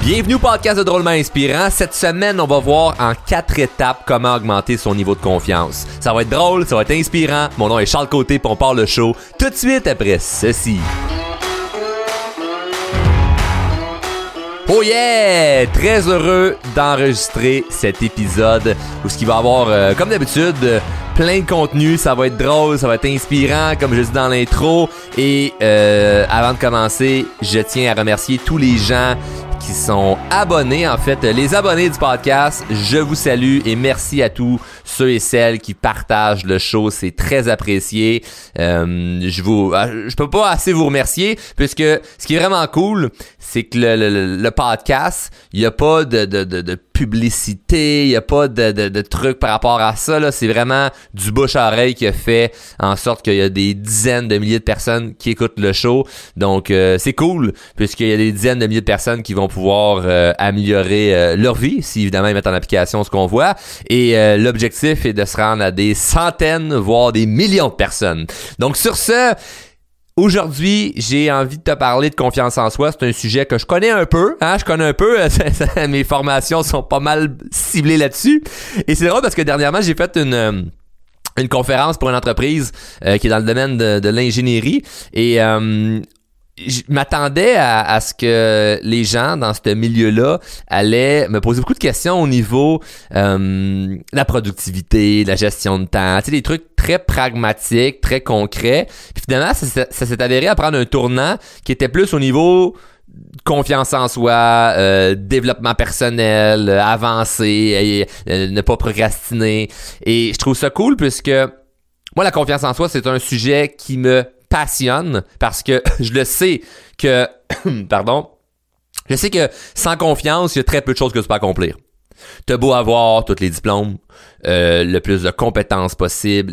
Bienvenue au podcast de Drôlement Inspirant. Cette semaine, on va voir en 4 étapes comment augmenter son niveau de confiance. Ça va être drôle, ça va être inspirant. Mon nom est Charles Côté, puis on part le show tout de suite après ceci. Oh yeah! Très heureux d'enregistrer cet épisode où ce qui va avoir, comme d'habitude, plein de contenu. Ça va être drôle, ça va être inspirant, comme je dis dans l'intro. Et avant de commencer, je tiens à remercier tous les gens qui sont abonnés, en fait, les abonnés du podcast. Je vous salue et merci à tous ceux et celles qui partagent le show. C'est très apprécié. Je peux pas assez vous remercier puisque ce qui est vraiment cool, c'est que le podcast, il y a pas de publicité, il y a pas de trucs par rapport à ça, là. C'est vraiment du bouche à oreille qui a fait en sorte qu'il y a des dizaines de milliers de personnes qui écoutent le show. Donc, c'est cool puisqu'il y a des dizaines de milliers de personnes qui vont pouvoir améliorer leur vie, si évidemment ils mettent en application ce qu'on voit. Et l'objectif est de se rendre à des centaines, voire des millions de personnes. Donc, sur ce, aujourd'hui, j'ai envie de te parler de confiance en soi. C'est un sujet que je connais un peu. Je connais un peu. Mes formations sont pas mal ciblées là-dessus. Et c'est drôle parce que dernièrement, j'ai fait une conférence pour une entreprise qui est dans le domaine de l'ingénierie. Et je m'attendais à ce que les gens dans ce milieu-là allaient me poser beaucoup de questions au niveau de la productivité, de la gestion de temps, tu sais, des trucs très pragmatiques, très concrets. Puis finalement, ça s'est avéré à prendre un tournant qui était plus au niveau confiance en soi, développement personnel, avancer, ne pas procrastiner. Et je trouve ça cool puisque moi, la confiance en soi, c'est un sujet qui me passionne parce que je le sais que je sais que sans confiance, il y a très peu de choses que tu peux accomplir. T'as beau avoir tous les diplômes, le plus de compétences possibles,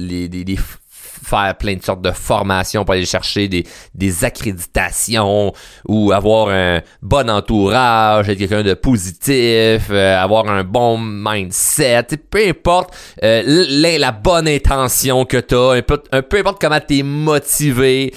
faire plein de sortes de formations pour aller chercher des accréditations ou avoir un bon entourage, être quelqu'un de positif, avoir un bon mindset, peu importe la bonne intention que t'as, peu importe comment t'es motivé,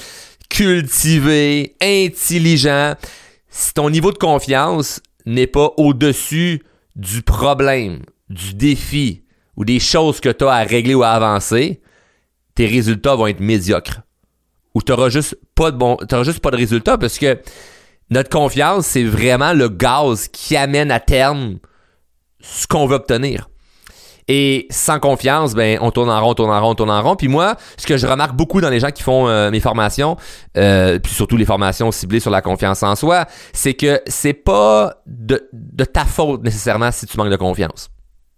cultivé, intelligent, si ton niveau de confiance n'est pas au-dessus du problème, du défi ou des choses que t'as à régler ou à avancer, tes résultats vont être médiocres. Ou t'auras juste pas de résultats parce que notre confiance, c'est vraiment le gaz qui amène à terme ce qu'on veut obtenir. Et sans confiance, ben, on tourne en rond. Puis moi, ce que je remarque beaucoup dans les gens qui font mes formations, puis surtout les formations ciblées sur la confiance en soi, c'est que c'est pas de ta faute nécessairement si tu manques de confiance.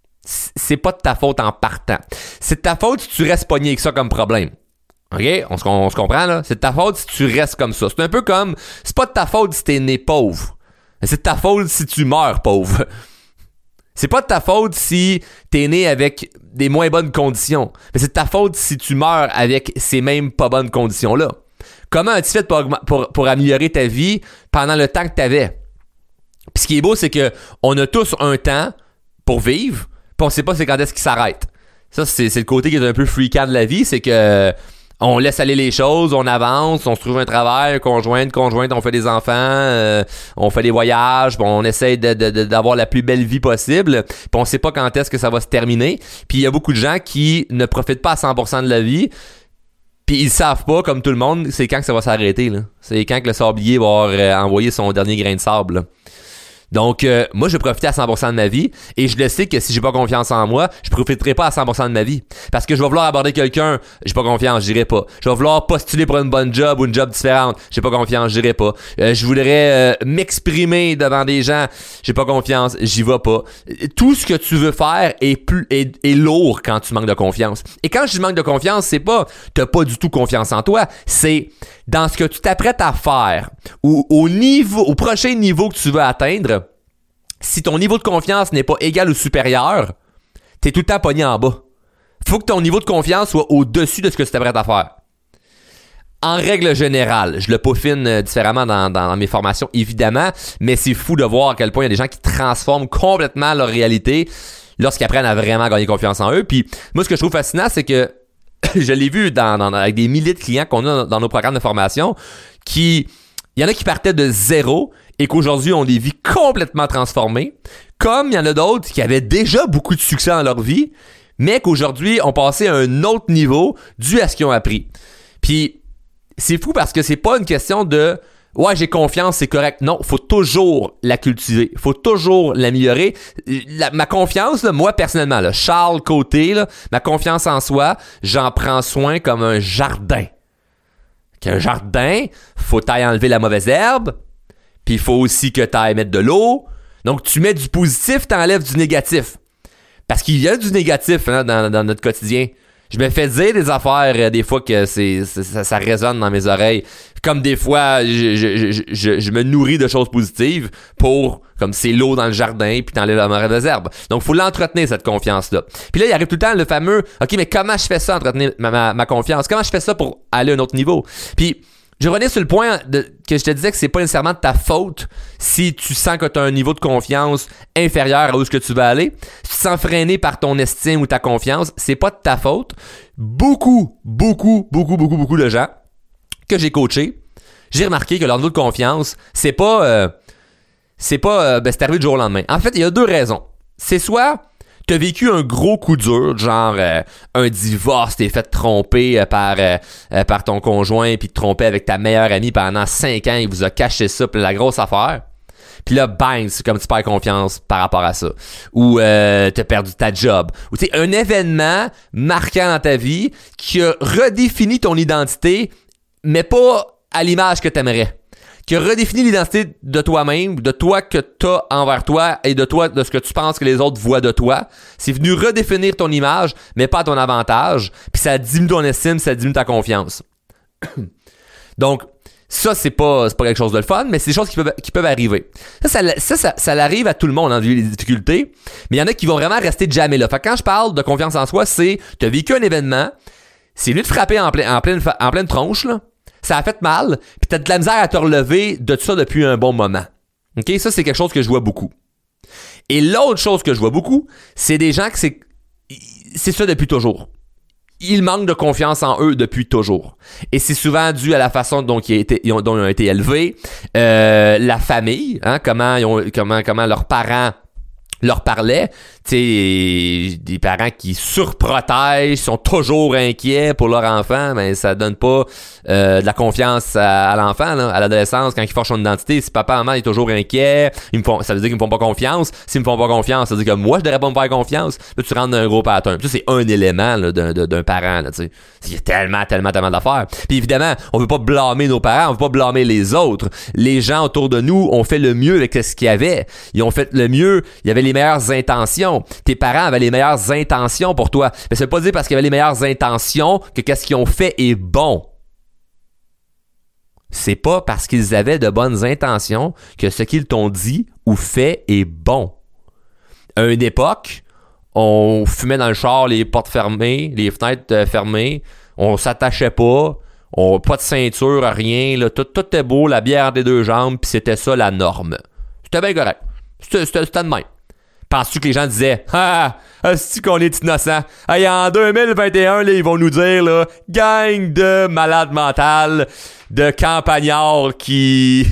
C'est pas de ta faute en partant. C'est de ta faute si tu restes pogné avec ça comme problème. OK? On se comprend, là? C'est de ta faute si tu restes comme ça. C'est un peu comme, c'est pas de ta faute si t'es né pauvre. C'est de ta faute si tu meurs pauvre. C'est pas de ta faute si t'es né avec des moins bonnes conditions. Mais c'est de ta faute si tu meurs avec ces mêmes pas bonnes conditions-là. Comment as-tu fait pour améliorer ta vie pendant le temps que t'avais? Puis ce qui est beau, c'est que on a tous un temps pour vivre, puis on sait pas c'est quand est-ce qu'il s'arrête. Ça, c'est le côté qui est un peu freakant de la vie, c'est que on laisse aller les choses, on avance, on se trouve un travail, conjointe, on fait des enfants, on fait des voyages, puis on essaye d'avoir la plus belle vie possible, puis on sait pas quand est-ce que ça va se terminer. Puis il y a beaucoup de gens qui ne profitent pas à 100% de la vie, puis ils savent pas, comme tout le monde, c'est quand que ça va s'arrêter, là. C'est quand que le sablier va avoir envoyé son dernier grain de sable, là. Donc, moi, je vais profiter à 100% de ma vie et je le sais que si j'ai pas confiance en moi, je profiterai pas à 100% de ma vie. Parce que je vais vouloir aborder quelqu'un, j'ai pas confiance, j'irai pas. Je vais vouloir postuler pour une bonne job ou une job différente, j'ai pas confiance, j'irai pas. Je voudrais m'exprimer devant des gens, j'ai pas confiance, j'y vais pas. Tout ce que tu veux faire est lourd quand tu manques de confiance. Et quand je manque de confiance, c'est pas t'as pas du tout confiance en toi, c'est dans ce que tu t'apprêtes à faire ou au prochain niveau que tu veux atteindre. Si ton niveau de confiance n'est pas égal ou supérieur, t'es tout le temps pogné en bas. Faut que ton niveau de confiance soit au-dessus de ce que tu t'apprêtes à faire. En règle générale, je le peaufine différemment dans mes formations, évidemment, mais c'est fou de voir à quel point il y a des gens qui transforment complètement leur réalité lorsqu'ils apprennent à vraiment gagner confiance en eux. Puis moi, ce que je trouve fascinant, c'est que je l'ai vu avec des milliers de clients qu'on a dans nos programmes de formation, il y en a qui partaient de zéro et qu'aujourd'hui ont des vies complètement transformées, comme il y en a d'autres qui avaient déjà beaucoup de succès dans leur vie, mais qu'aujourd'hui ont passé à un autre niveau dû à ce qu'ils ont appris. Puis c'est fou parce que c'est pas une question de ouais, j'ai confiance, c'est correct. Non, faut toujours la cultiver. Faut toujours l'améliorer. Ma confiance, là, moi, personnellement, là, Charles Côté, là, ma confiance en soi, j'en prends soin comme un jardin. Qu'un jardin, faut t'aille enlever la mauvaise herbe, puis il faut aussi que t'ailles mettre de l'eau. Donc, tu mets du positif, t'enlèves du négatif. Parce qu'il y a du négatif hein, dans notre quotidien. Je me fais dire des affaires des fois que ça résonne dans mes oreilles. Comme des fois, je me nourris de choses positives pour, comme c'est l'eau dans le jardin, puis t'enlèves la mauvaise herbe. Donc, faut l'entretenir, cette confiance-là. Puis là, il arrive tout le temps le fameux, OK, mais comment je fais ça, entretenir ma confiance? Comment je fais ça pour aller à un autre niveau? Puis, je revenais sur le point que je te disais que c'est pas nécessairement de ta faute si tu sens que tu as un niveau de confiance inférieur à où ce que tu veux aller. Si tu te sens freiné par ton estime ou ta confiance, c'est pas de ta faute. Beaucoup de gens que j'ai coachés, j'ai remarqué que leur niveau de confiance, c'est arrivé du jour au lendemain. En fait, il y a deux raisons. C'est soit t'as vécu un gros coup dur, genre un divorce, t'es fait tromper par ton conjoint, puis te tromper avec ta meilleure amie pendant 5 ans, il vous a caché ça, puis la grosse affaire. Puis là, bang, c'est comme tu perds confiance par rapport à ça. Ou t'as perdu ta job. Ou tu sais, un événement marquant dans ta vie qui a redéfini ton identité, mais pas à l'image que t'aimerais. Qui a redéfini l'identité de toi-même, de toi que t'as envers toi et de toi, de ce que tu penses que les autres voient de toi. C'est venu redéfinir ton image, mais pas à ton avantage. Puis ça diminue ton estime, ça diminue ta confiance. Donc, ça, c'est pas quelque chose de le fun, mais c'est des choses qui peuvent arriver. Ça arrive à tout le monde, hein, vu les difficultés. Mais il y en a qui vont vraiment rester jamais là. Fait que quand je parle de confiance en soi, c'est, t'as vécu un événement, c'est venu te frapper en pleine tronche, là. Ça a fait mal, puis t'as de la misère à te relever de tout ça depuis un bon moment. OK? Ça, c'est quelque chose que je vois beaucoup. Et l'autre chose que je vois beaucoup, c'est des gens que c'est ça depuis toujours. Ils manquent de confiance en eux depuis toujours. Et c'est souvent dû à la façon dont ils ont été élevés, la famille, hein, comment leurs parents leur parlaient, tu sais, des parents qui surprotègent, sont toujours inquiets pour leur enfant, mais ça donne pas de la confiance à l'enfant, là, à l'adolescence, quand ils forgent son identité. Si papa, maman est toujours inquiet, ça veut dire qu'ils me font pas confiance. S'ils me font pas confiance, ça veut dire que moi, je devrais pas me faire confiance. Là, tu rentres dans un gros pattern. Ça, c'est un élément là, d'un parent, là, tu sais. Il y a tellement d'affaires. Puis évidemment, on veut pas blâmer nos parents, on veut pas blâmer les autres. Les gens autour de nous ont fait le mieux avec ce qu'il y avait. Ils ont fait le mieux, il y avait les meilleures intentions. Tes parents avaient les meilleures intentions pour toi. Mais ça veut pas dire parce qu'ils avaient les meilleures intentions que qu'est-ce qu'ils ont fait est bon. C'est pas parce qu'ils avaient de bonnes intentions que ce qu'ils t'ont dit ou fait est bon. À une époque, on fumait dans le char, les portes fermées, les fenêtres fermées, on s'attachait pas, pas de ceinture, rien, là, tout était beau, la bière entre les deux jambes, puis c'était ça la norme. C'était bien correct. C'était de même. Penses-tu que les gens disaient « Ah, est-ce qu'on est innocent? Hey, en 2021, là, ils vont nous dire, là, gang de malades mentales, de campagnards qui...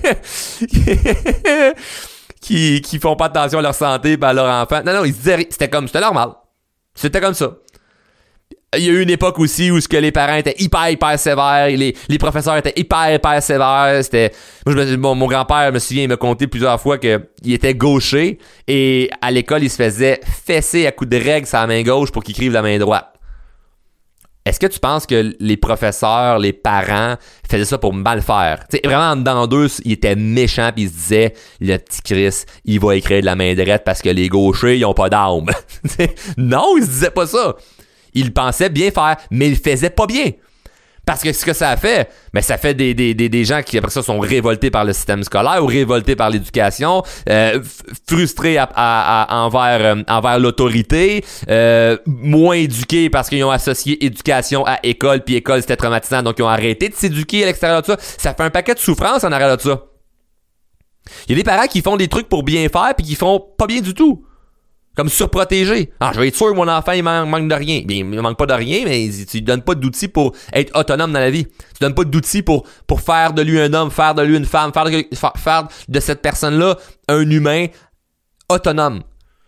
qui font pas attention à leur santé et à leur enfant. » Non, ils se disaient, c'était normal. C'était comme ça. Il y a eu une époque aussi où les parents étaient hyper sévères, les professeurs étaient hyper sévères. Mon grand-père, je me souviens, il m'a conté plusieurs fois qu'il était gaucher et à l'école, il se faisait fesser à coups de règle sur la main gauche pour qu'il écrive la main droite. Est-ce que tu penses que les professeurs, les parents faisaient ça pour mal faire? T'sais, vraiment, en dedans d'eux, ils étaient méchants pis ils se disaient, le petit Chris, il va écrire de la main droite parce que les gauchers, ils ont pas d'âme. Non, ils se disaient pas ça. Il pensait bien faire, mais il faisait pas bien. Parce que ce que ça a fait, ben ça fait des gens qui après ça sont révoltés par le système scolaire ou révoltés par l'éducation, frustrés envers l'autorité, moins éduqués parce qu'ils ont associé éducation à école, puis école c'était traumatisant, donc ils ont arrêté de s'éduquer à l'extérieur de ça. Ça fait un paquet de souffrances en arrière de ça. Il y a des parents qui font des trucs pour bien faire puis qui font pas bien du tout. Comme surprotégé. Ah, je vais être sûr que mon enfant, il manque de rien. Bien, il manque pas de rien, mais tu lui donnes pas d'outils pour être autonome dans la vie. Tu donnes pas d'outils pour faire de lui un homme, faire de lui une femme, faire de cette personne-là un humain autonome.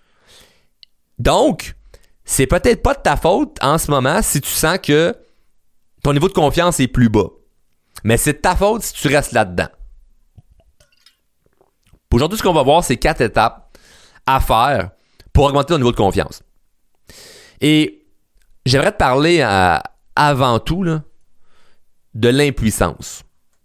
Donc, c'est peut-être pas de ta faute en ce moment si tu sens que ton niveau de confiance est plus bas. Mais c'est de ta faute si tu restes là-dedans. Aujourd'hui, ce qu'on va voir, c'est 4 étapes à faire pour augmenter ton niveau de confiance. Et j'aimerais te parler avant tout là, de l'impuissance.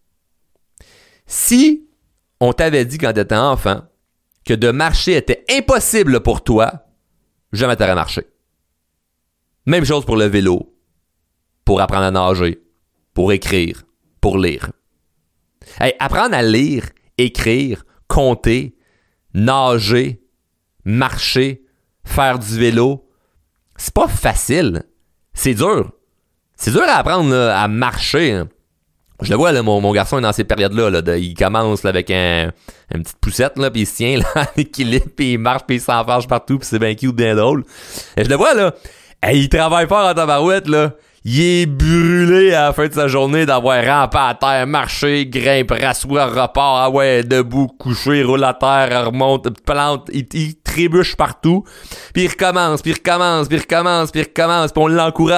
Si on t'avait dit quand tu étais enfant que de marcher était impossible pour toi, jamais tu aurais marché. Même chose pour le vélo, pour apprendre à nager, pour écrire, pour lire. Hey, apprendre à lire, écrire, compter, nager, marcher, faire du vélo, c'est pas facile. C'est dur. C'est dur à apprendre là, à marcher. Hein. Je le vois, là, mon garçon est dans ces périodes-là. Là, il commence là, avec une petite poussette, là, puis il se tient là, en équilibre, puis il marche, puis il s'enfarge partout, puis c'est bien cute, bien drôle. Et je le vois, là, il travaille fort en tabarouette, là. Il est brûlé à la fin de sa journée d'avoir rampé à terre, marché, grimpe, rassoit, repart, ah ouais, debout, couché, roule à terre, remonte, plante, il trébuche partout, puis il recommence, puis on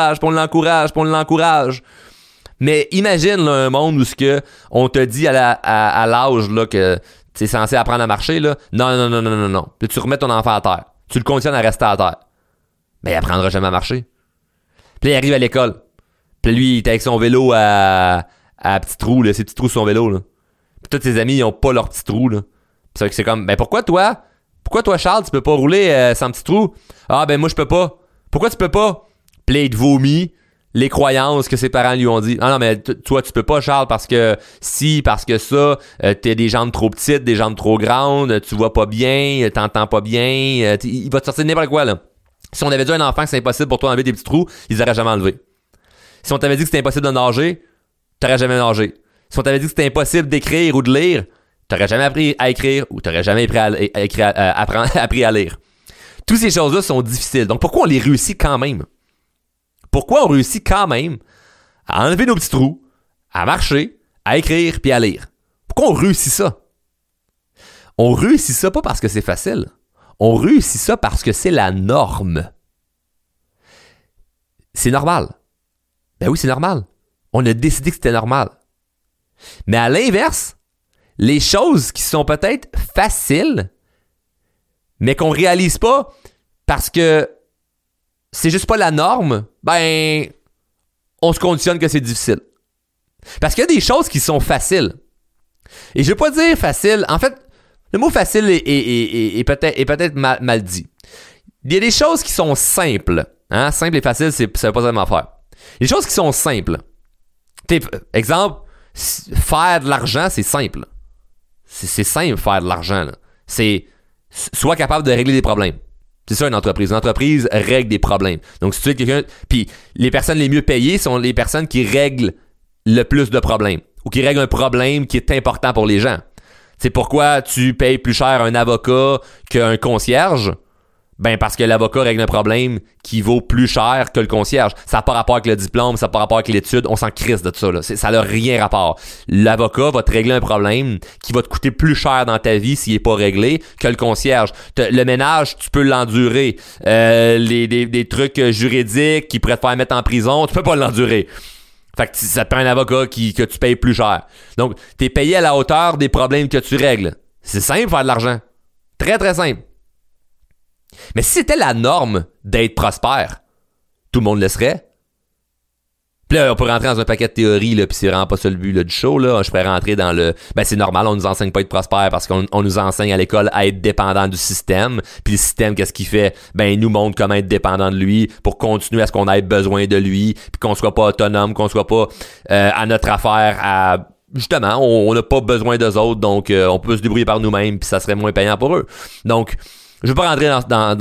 l'encourage. Mais imagine là, un monde où on te dit à l'âge là, que tu es censé apprendre à marcher, là, non. Puis tu remets ton enfant à terre, tu le conditionnes à rester à terre. Mais il apprendra jamais à marcher. Puis là, il arrive à l'école. Puis lui, il est avec son vélo à petits trous, là, ses petits trous sur son vélo. Là. Puis tous ses amis, ils ont pas leurs petits trous. Là. Puis c'est comme, ben pourquoi toi, Charles, tu peux pas rouler sans petits trous? Ah, ben moi, je peux pas. Pourquoi tu peux pas? Puis là, il te vomit les croyances que ses parents lui ont dit. Ah non, mais toi, tu peux pas, Charles, parce que t'as des jambes trop petites, des jambes trop grandes, tu vois pas bien, t'entends pas bien, il va te sortir n'importe quoi, là. Si on avait dit à un enfant que c'est impossible pour toi d'enlever des petits trous, ils auraient jamais enlevé. Si on t'avait dit que c'était impossible de nager, t'aurais jamais nagé. Si on t'avait dit que c'était impossible d'écrire ou de lire, t'aurais jamais appris à écrire ou t'aurais jamais appris à lire. Toutes ces choses-là sont difficiles. Donc pourquoi on les réussit quand même? Pourquoi on réussit quand même à enlever nos petits trous, à marcher, à écrire puis à lire? Pourquoi on réussit ça? On réussit ça pas parce que c'est facile. On réussit ça parce que c'est la norme. C'est normal. Ben oui, c'est normal. On a décidé que c'était normal. Mais à l'inverse, les choses qui sont peut-être faciles, mais qu'on réalise pas parce que c'est juste pas la norme, ben, on se conditionne que c'est difficile. Parce qu'il y a des choses qui sont faciles. Et je veux pas dire facile. En fait, le mot facile est peut-être mal dit. Il y a des choses qui sont simples. Hein? Simple et facile, ça veut pas vraiment faire. Les choses qui sont simples. Exemple, faire de l'argent, c'est simple. C'est simple, faire de l'argent. Là. C'est sois capable de régler des problèmes. C'est ça une entreprise. Une entreprise règle des problèmes. Donc, si tu es quelqu'un... Puis, les personnes les mieux payées sont les personnes qui règlent le plus de problèmes. Ou qui règlent un problème qui est important pour les gens. C'est pourquoi tu payes plus cher un avocat qu'un concierge? Ben parce que l'avocat règle un problème qui vaut plus cher que le concierge. Ça n'a pas rapport avec le diplôme, ça n'a pas rapport avec l'étude, on s'en crisse de ça. Là. Ça n'a rien rapport. L'avocat va te régler un problème qui va te coûter plus cher dans ta vie s'il n'est pas réglé que le concierge. Le ménage, tu peux l'endurer. Des trucs juridiques qui pourraient te faire mettre en prison, tu peux pas l'endurer. Fait que ça te prend un avocat que tu payes plus cher. Donc, tu es payé à la hauteur des problèmes que tu règles. C'est simple faire de l'argent. Très, très simple. Mais si c'était la norme d'être prospère, tout le monde le serait. Puis là, on peut rentrer dans un paquet de théories, là, puis c'est vraiment pas ça le but là, du show. Là. Je pourrais rentrer dans le... Ben, c'est normal, on nous enseigne pas à être prospère parce qu'on nous enseigne à l'école à être dépendant du système. Puis le système, qu'est-ce qu'il fait? Ben, il nous montre comment être dépendant de lui pour continuer à ce qu'on ait besoin de lui, puis qu'on soit pas autonome, qu'on soit pas à notre affaire à... Justement, on n'a pas besoin d'eux autres, donc on peut se débrouiller par nous-mêmes, puis ça serait moins payant pour eux. Donc... Je veux pas rentrer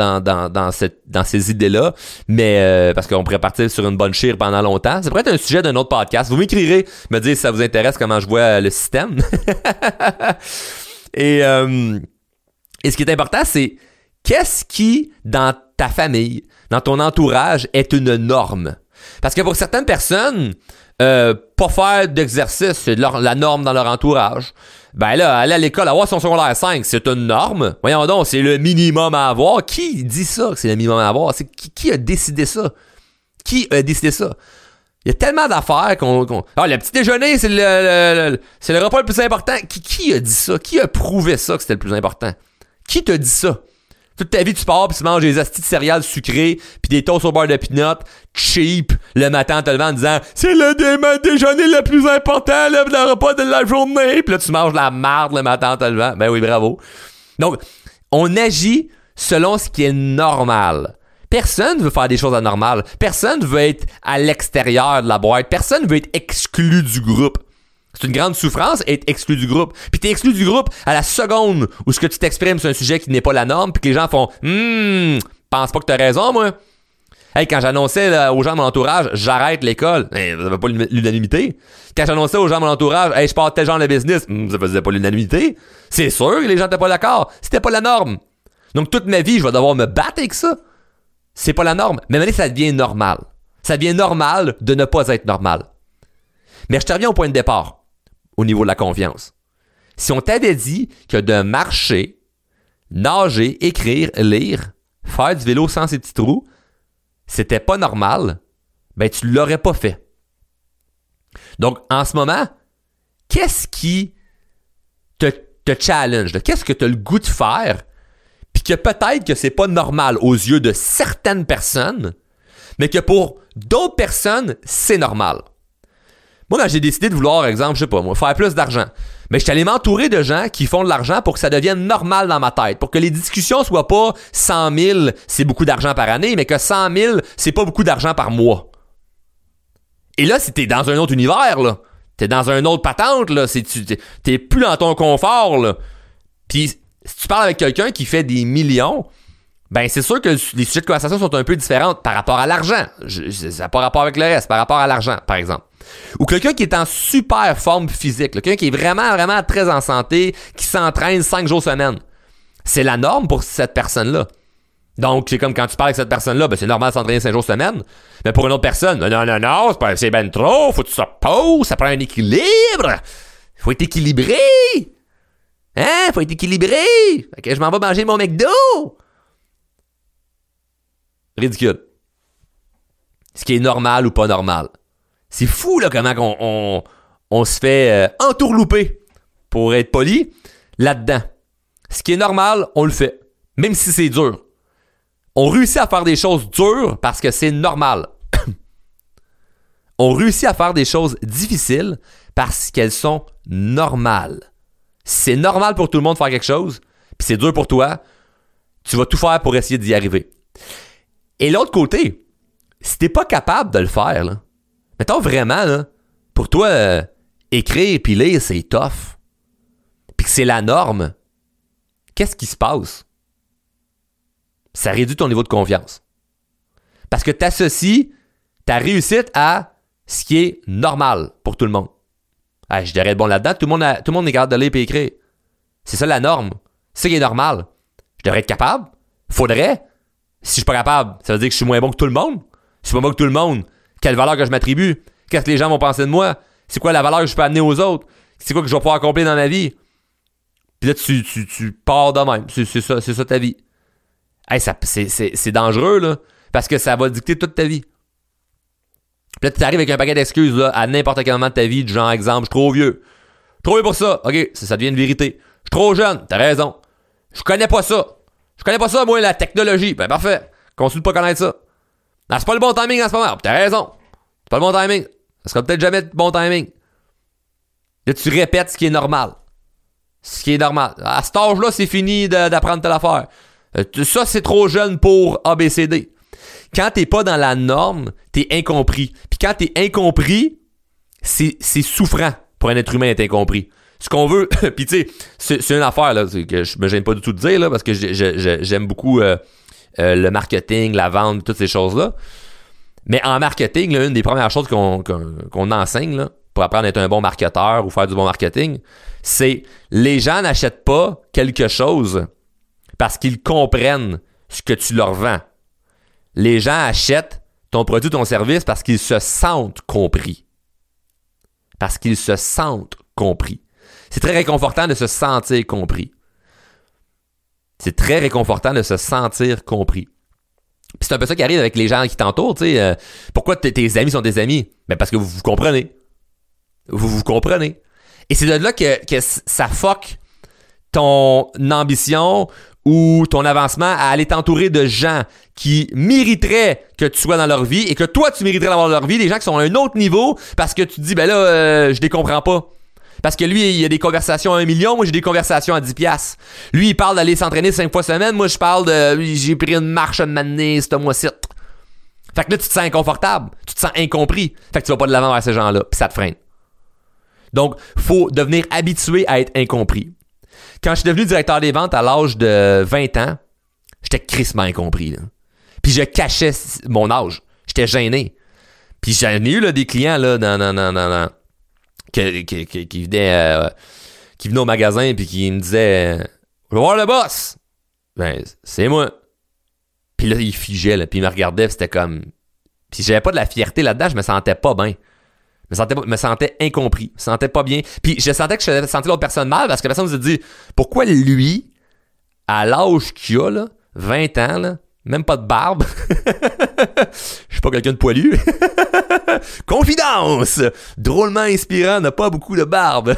dans ces idées-là, mais parce qu'on pourrait partir sur une bonne chire pendant longtemps. Ça pourrait être un sujet d'un autre podcast. Vous m'écrirez, me dire si ça vous intéresse, comment je vois le système. Et ce qui est important, c'est Qu'est-ce qui, dans ta famille, dans ton entourage, est une norme? Parce que pour certaines personnes, pas faire d'exercice, c'est la norme dans leur entourage. Ben là, aller à l'école, avoir son secondaire 5, c'est une norme. Voyons donc, c'est le minimum à avoir. Qui dit ça que c'est le minimum à avoir? Qui a décidé ça? Qui a décidé ça? Il y a tellement d'affaires le petit déjeuner, c'est le repas le plus important. Qui a dit ça? Qui a prouvé ça que c'était le plus important? Qui t'a dit ça? Toute ta vie, tu pars pis tu manges des astis de céréales sucrées pis des toasts au beurre de peanut cheap le matin en te levant en disant « C'est le déjeuner le plus important, le repas de la journée! » Pis là, tu manges la marde le matin en te levant. Ben oui, bravo. Donc, on agit selon ce qui est normal. Personne veut faire des choses anormales. Personne veut être à l'extérieur de la boîte. Personne veut être exclu du groupe. C'est une grande souffrance être exclu du groupe. Puis t'es exclu du groupe à la seconde où ce que tu t'exprimes sur un sujet qui n'est pas la norme, puis que les gens font pense pas que t'as raison, moi. Hey, quand j'annonçais aux gens de mon entourage, j'arrête l'école, ça faisait pas l'unanimité. Quand j'annonçais aux gens de mon entourage, hey, je pars tel genre de business, ça faisait pas l'unanimité. C'est sûr que les gens étaient pas d'accord. C'était pas la norme. Donc toute ma vie, je vais devoir me battre avec ça. C'est pas la norme. Mais maintenant, ça devient normal. Ça devient normal de ne pas être normal. Mais je te reviens au point de départ. Au niveau de la confiance. Si on t'avait dit que de marcher, nager, écrire, lire, faire du vélo sans ses petits trous, c'était pas normal, ben tu l'aurais pas fait. Donc, en ce moment, qu'est-ce qui te challenge? Qu'est-ce que tu as le goût de faire? Puis que peut-être que c'est pas normal aux yeux de certaines personnes, mais que pour d'autres personnes, c'est normal. Moi, quand j'ai décidé de vouloir, exemple, je sais pas, moi, faire plus d'argent, mais je suis allé m'entourer de gens qui font de l'argent pour que ça devienne normal dans ma tête, pour que les discussions soient pas 100 000, c'est beaucoup d'argent par année, mais que 100 000, c'est pas beaucoup d'argent par mois. Et là, si t'es dans un autre univers, là, t'es dans un autre patente, là, t'es plus dans ton confort, là. Puis, si tu parles avec quelqu'un qui fait des millions, ben c'est sûr que les sujets de conversation sont un peu différents par rapport à l'argent. Ça n'a pas rapport avec le reste, par rapport à l'argent, par exemple. Ou quelqu'un qui est en super forme physique, quelqu'un qui est vraiment, vraiment très en santé, qui s'entraîne 5 jours semaine. C'est la norme pour cette personne-là. Donc, c'est comme quand tu parles avec cette personne-là, ben c'est normal de s'entraîner 5 jours semaine. Mais pour une autre personne, non, c'est ben trop, faut que tu te reposes, ça prend un équilibre. Faut être équilibré. Hein? Faut être équilibré. Fait que je m'en vais manger mon McDo. Ridicule. Ce qui est normal ou pas normal. C'est fou, là, comment on se fait entourlouper, pour être poli, là-dedans. Ce qui est normal, on le fait. Même si c'est dur. On réussit à faire des choses dures parce que c'est normal. On réussit à faire des choses difficiles parce qu'elles sont normales. Si c'est normal pour tout le monde de faire quelque chose, puis c'est dur pour toi, tu vas tout faire pour essayer d'y arriver. Et l'autre côté, si t'es pas capable de le faire, là, mettons vraiment, là, pour toi, écrire puis lire, c'est tough, puis que c'est la norme, qu'est-ce qui se passe? Ça réduit ton niveau de confiance. Parce que t'associes ta réussite à ce qui est normal pour tout le monde. Ah, je devrais être bon là-dedans, tout le monde est capable de lire et écrire. C'est ça la norme. C'est ça qui est normal. Je devrais être capable. Faudrait. Si je suis pas capable, ça veut dire que je suis moins bon que tout le monde. Si je suis moins bon que tout le monde, quelle valeur que je m'attribue? Qu'est-ce que les gens vont penser de moi? C'est quoi la valeur que je peux amener aux autres? C'est quoi que je vais pouvoir accomplir dans ma vie? Puis là, tu pars de même. C'est ça ta vie. Hey, c'est dangereux, là. Parce que ça va dicter toute ta vie. Puis là, tu arrives avec un paquet d'excuses là, à n'importe quel moment de ta vie, du genre, exemple, je suis trop vieux. Je suis trop vieux pour ça. OK, ça devient une vérité. Je suis trop jeune. T'as raison. Je connais pas ça. Je connais pas ça, moi, la technologie. Ben, parfait. Continue de pas connaître ça. Non, c'est pas le bon timing en ce moment. T'as raison. C'est pas le bon timing. Ça sera peut-être jamais le bon timing. Là, tu répètes ce qui est normal. Ce qui est normal. À cet âge-là, c'est fini d'apprendre telle affaire. Ça, c'est trop jeune pour ABCD. Quand t'es pas dans la norme, t'es incompris. Puis quand t'es incompris, c'est souffrant pour un être humain d'être incompris. Ce qu'on veut, puis tu sais, c'est une affaire là, que je me gêne pas du tout de dire là, parce que j'aime beaucoup le marketing, la vente, toutes ces choses-là. Mais en marketing, là, une des premières choses qu'on enseigne là, pour apprendre à être un bon marketeur ou faire du bon marketing, c'est les gens n'achètent pas quelque chose parce qu'ils comprennent ce que tu leur vends. Les gens achètent ton produit, ton service parce qu'ils se sentent compris. Parce qu'ils se sentent compris. C'est très réconfortant de se sentir compris. C'est très réconfortant de se sentir compris. Puis c'est un peu ça qui arrive avec les gens qui t'entourent, tu sais. Pourquoi tes amis sont tes amis? Ben parce que vous vous comprenez. Vous vous comprenez. Et c'est de là que ça fuck ton ambition ou ton avancement à aller t'entourer de gens qui mériteraient que tu sois dans leur vie et que toi, tu mériterais d'avoir leur vie, des gens qui sont à un autre niveau parce que tu te dis, ben là, je les comprends pas. Parce que lui, il a des conversations à 1 million, moi j'ai des conversations à 10 piastres. Lui, il parle d'aller s'entraîner 5 fois semaine, moi je parle de j'ai pris une marche un matin, c'est mois-ci. Fait que là, tu te sens inconfortable, tu te sens incompris. Fait que tu vas pas de l'avant vers ces gens-là, puis ça te freine. Donc, faut devenir habitué à être incompris. Quand je suis devenu directeur des ventes à l'âge de 20 ans, j'étais crissement incompris. Là. Puis je cachais mon âge. J'étais gêné. Puis j'en ai eu là, des clients là, qui venaient au magasin puis qui me disaient « Je vais voir le boss! » Ben, c'est moi. Puis là, il figeait, là, puis il me regardait, puis c'était comme... Puis j'avais pas de la fierté là-dedans, je me sentais pas bien. Je me sentais incompris, je me sentais pas bien. Puis je sentais que je sentais l'autre personne mal parce que la personne se dit pourquoi lui, à l'âge qu'il a, là, 20 ans, là, même pas de barbe, je suis pas quelqu'un de poilu. Confidence! Drôlement inspirant, n'a pas beaucoup de barbe.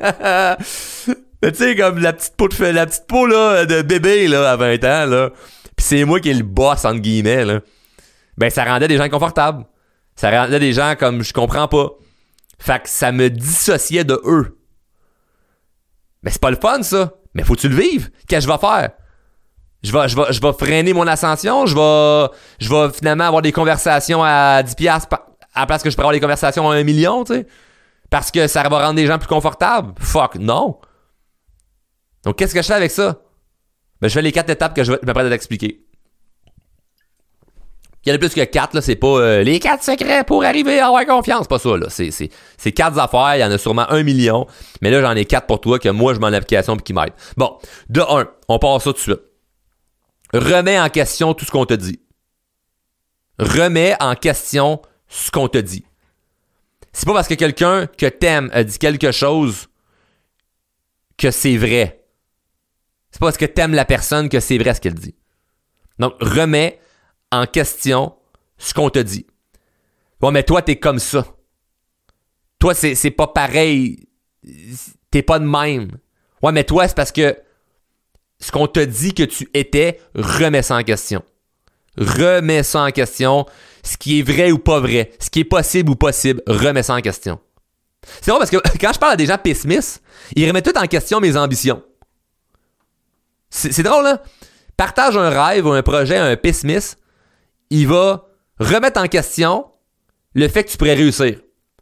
Tu sais, comme la petite peau là, de bébé là, à 20 ans, là. Pis c'est moi qui est le boss, entre guillemets, là. Ben, ça rendait des gens inconfortables. Ça rendait des gens comme je comprends pas. Fait que ça me dissociait de eux. Mais c'est pas le fun, ça. Mais faut-tu le vivre? Qu'est-ce que je vais faire? Je vais freiner mon ascension. Je vais finalement avoir des conversations à 10 piastres à la place que je pourrais avoir des conversations à 1 million, tu sais. Parce que ça va rendre des gens plus confortables. Fuck, non. Donc, qu'est-ce que je fais avec ça? Ben, je fais les 4 étapes que je m'apprête à t'expliquer. Il y en a plus que 4, là, c'est pas les 4 secrets pour arriver à avoir confiance. C'est pas ça, là. C'est 4 affaires, il y en a sûrement 1 million. Mais là, j'en ai 4 pour toi que moi, je mets en application et qui m'aident. Bon, de 1, on passe ça tout de suite. Remets en question tout ce qu'on te dit. Remets en question ce qu'on te dit. C'est pas parce que quelqu'un que t'aimes a dit quelque chose que c'est vrai. C'est pas parce que t'aimes la personne que c'est vrai ce qu'elle dit. Donc, remets en question ce qu'on te dit. Bon, mais toi, t'es comme ça. Toi, c'est pas pareil. T'es pas de même. Ouais, mais toi, c'est parce que ce qu'on te dit que tu étais, remets ça en question. Remets ça en question. Ce qui est vrai ou pas vrai. Ce qui est possible ou possible, remets ça en question. C'est drôle parce que quand je parle à des gens pessimistes, ils remettent tout en question mes ambitions. C'est drôle, hein? Partage un rêve ou un projet à un pessimiste, il va remettre en question le fait que tu pourrais réussir.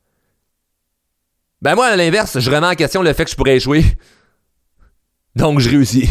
Ben moi, à l'inverse, je remets en question le fait que je pourrais échouer. Donc, je réussis.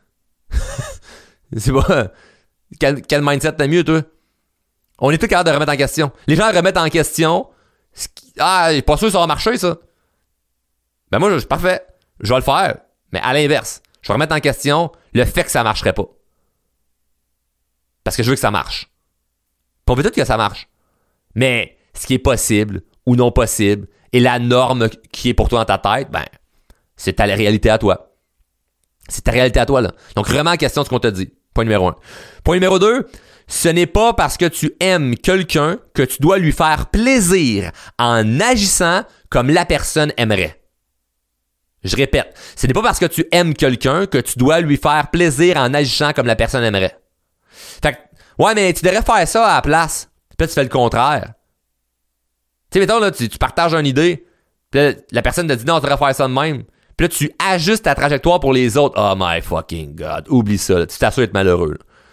C'est pas... Quel mindset t'as mieux, toi? On est tous capables de remettre en question. Les gens remettent en question... Ah, je suis pas sûr que ça va marcher, ça. Ben moi, je suis parfait. Je vais le faire. Mais à l'inverse, je vais remettre en question le fait que ça marcherait pas. Parce que je veux que ça marche. Puis on veut tout que ça marche. Mais ce qui est possible ou non possible et la norme qui est pour toi dans ta tête, ben, c'est ta réalité à toi. C'est ta réalité à toi, là. Donc, remets en question ce qu'on te dit. Point numéro 1. Point numéro 2, ce n'est pas parce que tu aimes quelqu'un que tu dois lui faire plaisir en agissant comme la personne aimerait. Je répète, ce n'est pas parce que tu aimes quelqu'un que tu dois lui faire plaisir en agissant comme la personne aimerait. Fait que, ouais, mais tu devrais faire ça à la place. Puis là, tu fais le contraire. Tu sais, mettons, là, tu partages une idée, puis là, la personne te dit non, tu devrais faire ça de même. Puis là, tu ajustes ta trajectoire pour les autres. Oh my fucking God. Oublie ça. Là. Tu t'assures d'être malheureux. Là.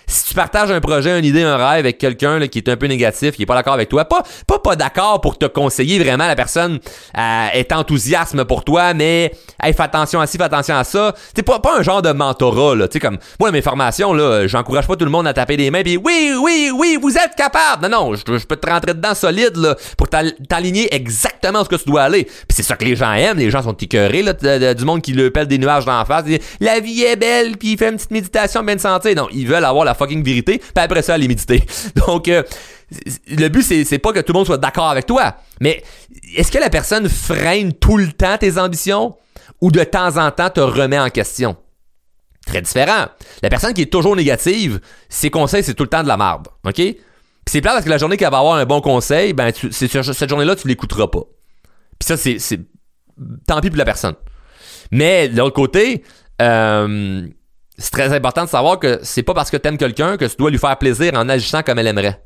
Si tu partages un projet, une idée, un rêve avec quelqu'un là, qui est un peu négatif, qui est pas d'accord avec toi, pas d'accord pour te conseiller vraiment, la personne est enthousiasme pour toi, mais hey, fais attention à ci, fais attention à ça. C'est pas un genre de mentorat, là. Tu sais, comme moi, dans mes formations, là, j'encourage pas tout le monde à taper des mains pis oui, vous êtes capable. Non, je peux te rentrer dedans solide, là, pour t'aligner exactement ce que tu dois aller. Puis c'est ça que les gens aiment, les gens sont écœurés, là, du monde qui leur pèle des nuages dans la face. La vie est belle, puis il fait une petite méditation bien de santé. Non, ils veulent avoir la fucking vérité, puis après ça, aller méditer. Donc, le but, c'est pas que tout le monde soit d'accord avec toi, mais est-ce que la personne freine tout le temps tes ambitions ou de temps en temps te remet en question? Très différent. La personne qui est toujours négative, ses conseils, c'est tout le temps de la merde. OK? Puis c'est plate parce que la journée qu'elle va avoir un bon conseil, ben, cette journée-là, tu l'écouteras pas. Puis ça, c'est tant pis pour la personne. Mais de l'autre côté, c'est très important de savoir que c'est pas parce que t'aimes quelqu'un que tu dois lui faire plaisir en agissant comme elle aimerait.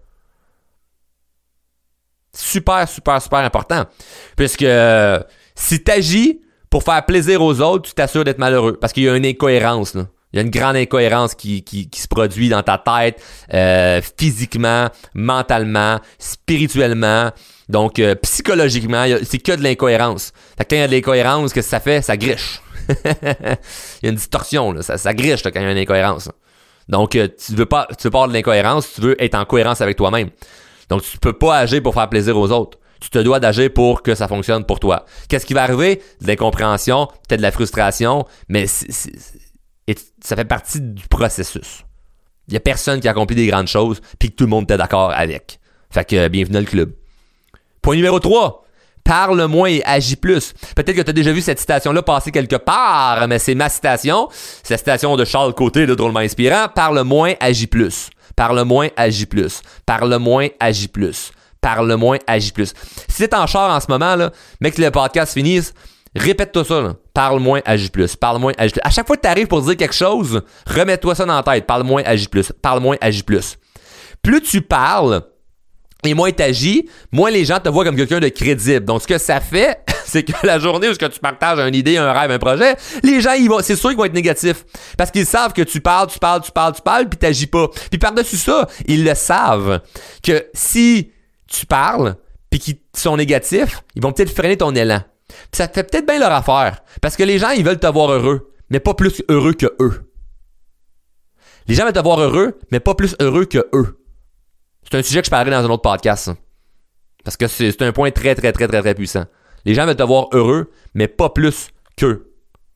Super, super, super important. Puisque si t'agis pour faire plaisir aux autres, tu t'assures d'être malheureux. Parce qu'il y a une incohérence, là. Il y a une grande incohérence qui se produit dans ta tête, physiquement, mentalement, spirituellement, donc psychologiquement, c'est que de l'incohérence. Fait que quand il y a de l'incohérence, qu'est-ce que ça fait? Ça griche. Il y a une distorsion, là. Ça griche là, quand il y a une incohérence. Donc, tu veux pas avoir de l'incohérence, tu veux être en cohérence avec toi-même. Donc, tu peux pas agir pour faire plaisir aux autres. Tu te dois d'agir pour que ça fonctionne pour toi. Qu'est-ce qui va arriver? De l'incompréhension, peut-être de la frustration, mais ça fait partie du processus. Il y a personne qui accomplit des grandes choses puis que tout le monde était d'accord avec. Fait que bienvenue dans le club. Point numéro 3. Parle moins et agis plus. Peut-être que tu as déjà vu cette citation-là passer quelque part, mais c'est ma citation. C'est la citation de Charles Côté, là, drôlement inspirant. Parle moins, agis plus. Parle moins, agis plus. Parle moins, agis plus. Parle moins, agis plus. Si t'es en char en ce moment, là, mec, que le podcast finisse, répète-toi ça, là. Parle moins, agis plus. Parle moins, agis plus. À chaque fois que tu arrives pour dire quelque chose, remets-toi ça dans la tête. Parle moins, agis plus. Parle moins, agis plus. Plus tu parles et moins t'agis, moins les gens te voient comme quelqu'un de crédible. Donc, ce que ça fait, c'est que la journée où tu partages une idée, un rêve, un projet, les gens, c'est sûr qu'ils vont être négatifs. Parce qu'ils savent que tu parles, puis t'agis pas. Puis par-dessus ça, ils le savent que si tu parles, puis qu'ils sont négatifs, ils vont peut-être freiner ton élan. Puis ça te fait peut-être bien leur affaire. Parce que les gens, ils veulent te voir heureux, mais pas plus heureux que eux. Les gens veulent te voir heureux, mais pas plus heureux que eux. C'est un sujet que je parlerai dans un autre podcast. Ça. Parce que c'est un point très, très, très, très, très puissant. Les gens veulent te voir heureux, mais pas plus qu'eux.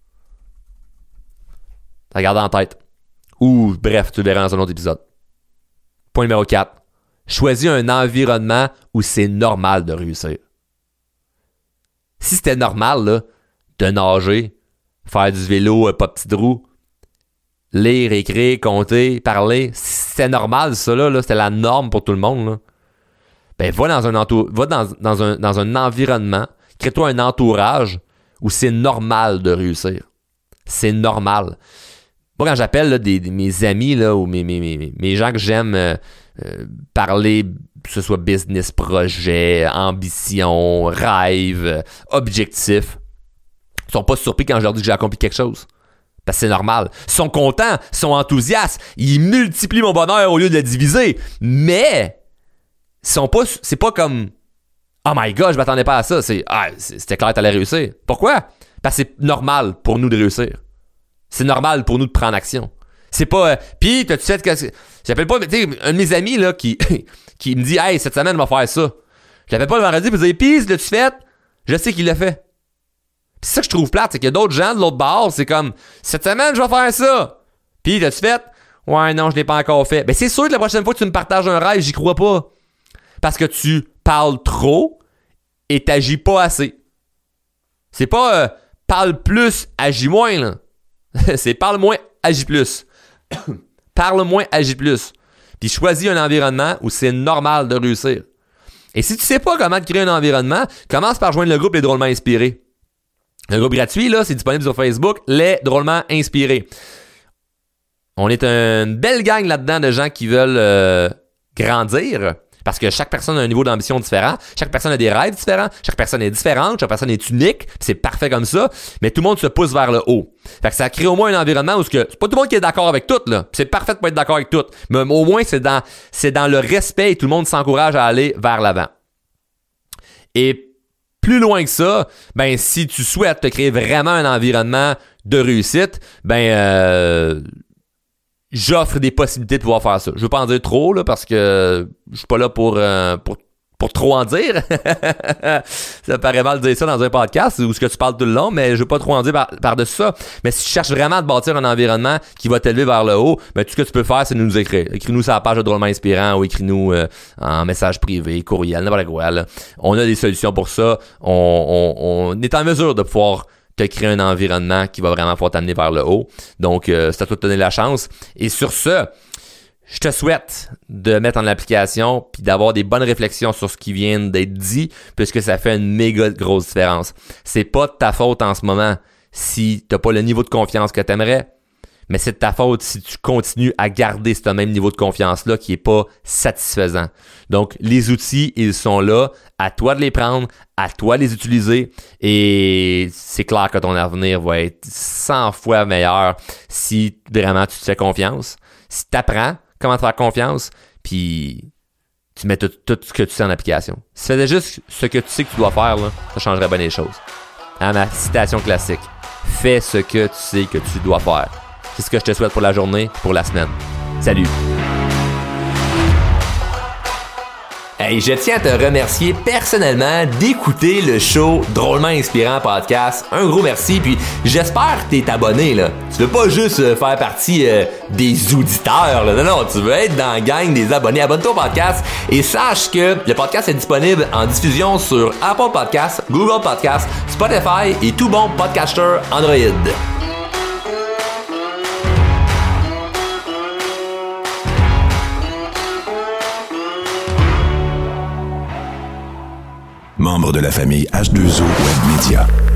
Regarde en tête. Ou, bref, tu le verras dans un autre épisode. Point numéro 4. Choisis un environnement où c'est normal de réussir. Si c'était normal, là, de nager, faire du vélo, pas de petite roue, lire, écrire, compter, parler, si c'était normal, ça, là, c'était la norme pour tout le monde, là, ben, va dans un environnement, crée-toi un entourage où c'est normal de réussir. C'est normal. Moi, quand j'appelle là, mes amis là, ou mes gens que j'aime parler, que ce soit business, projet, ambition, rêve, objectif, ils sont pas surpris quand je leur dis que j'ai accompli quelque chose. Parce que c'est normal. Ils sont contents, ils sont enthousiastes, ils multiplient mon bonheur au lieu de le diviser. Mais c'est pas comme oh my god, je m'attendais pas à ça. C'était clair que t'allais réussir. Pourquoi? Parce que c'est normal pour nous de réussir. C'est normal pour nous de prendre action. C'est pas pis t'as-tu fait que j'appelle pas, tu sais, un de mes amis là qui me dit hey, cette semaine on va faire ça. Je l'appelle pas le vendredi pour dire pis l'as-tu fait? Je sais qu'il l'a fait. Pis c'est ça que je trouve plate, c'est qu'il y a d'autres gens de l'autre bord, c'est comme cette semaine je vais faire ça. Pis l'as-tu fait? Ouais, non, je l'ai pas encore fait. Ben c'est sûr que la prochaine fois que tu me partages un rêve, j'y crois pas. Parce que tu parles trop et t'agis pas assez. C'est pas parle plus, agis moins là. C'est parle moins, agis plus. Parle moins, agis plus. Puis choisis un environnement où c'est normal de réussir. Et si tu sais pas comment te créer un environnement, commence par joindre le groupe Les Drôlement Inspirés. Le groupe gratuit, là, c'est disponible sur Facebook, Les Drôlement Inspirés. On est une belle gang là-dedans de gens qui veulent grandir, Parce que chaque personne a un niveau d'ambition différent, chaque personne a des rêves différents, chaque personne est différente, chaque personne est unique, pis c'est parfait comme ça, mais tout le monde se pousse vers le haut. Fait que ça crée au moins un environnement où c'est pas tout le monde qui est d'accord avec tout, là. Pis c'est parfait de pas être d'accord avec tout. Mais au moins, c'est dans le respect et tout le monde s'encourage à aller vers l'avant. Et plus loin que ça, ben, si tu souhaites te créer vraiment un environnement de réussite, ben, j'offre des possibilités de pouvoir faire ça. Je veux pas en dire trop, là, parce que je suis pas là pour trop en dire. Ça paraît mal de dire ça dans un podcast où ce que tu parles tout le long, mais je veux pas trop en dire par-dessus ça. Mais si tu cherches vraiment à te bâtir un environnement qui va t'élever vers le haut, ben tout ce que tu peux faire, c'est de nous écrire. Écris-nous sur la page de Drôlement Inspirant ou écris-nous en message privé, courriel, n'importe quoi. Là. On a des solutions pour ça. On est en mesure de pouvoir te créer un environnement qui va vraiment pouvoir t'amener vers le haut. Donc, c'est à toi de te donner la chance. Et sur ce, je te souhaite de mettre en application puis d'avoir des bonnes réflexions sur ce qui vient d'être dit puisque ça fait une méga grosse différence. C'est pas de ta faute en ce moment si t'as pas le niveau de confiance que t'aimerais, mais c'est de ta faute si tu continues à garder ce même niveau de confiance-là qui est pas satisfaisant. Donc, les outils, ils sont là. À toi de les prendre, à toi de les utiliser et c'est clair que ton avenir va être 100 fois meilleur si vraiment tu te fais confiance. Si tu apprends comment te faire confiance, puis tu mets tout ce que tu sais en application. Si tu faisais juste ce que tu sais que tu dois faire, là, ça changerait bien les choses. À ma citation classique, fais ce que tu sais que tu dois faire. C'est ce que je te souhaite pour la journée, pour la semaine. Salut! Hey, je tiens à te remercier personnellement d'écouter le show Drôlement Inspirant Podcast. Un gros merci, puis j'espère que t'es abonné, là. Tu veux pas juste faire partie des auditeurs, là. Non, tu veux être dans la gang des abonnés. Abonne-toi au podcast et sache que le podcast est disponible en diffusion sur Apple Podcasts, Google Podcasts, Spotify et tout bon podcaster Android. Membre de la famille H2O Web Media.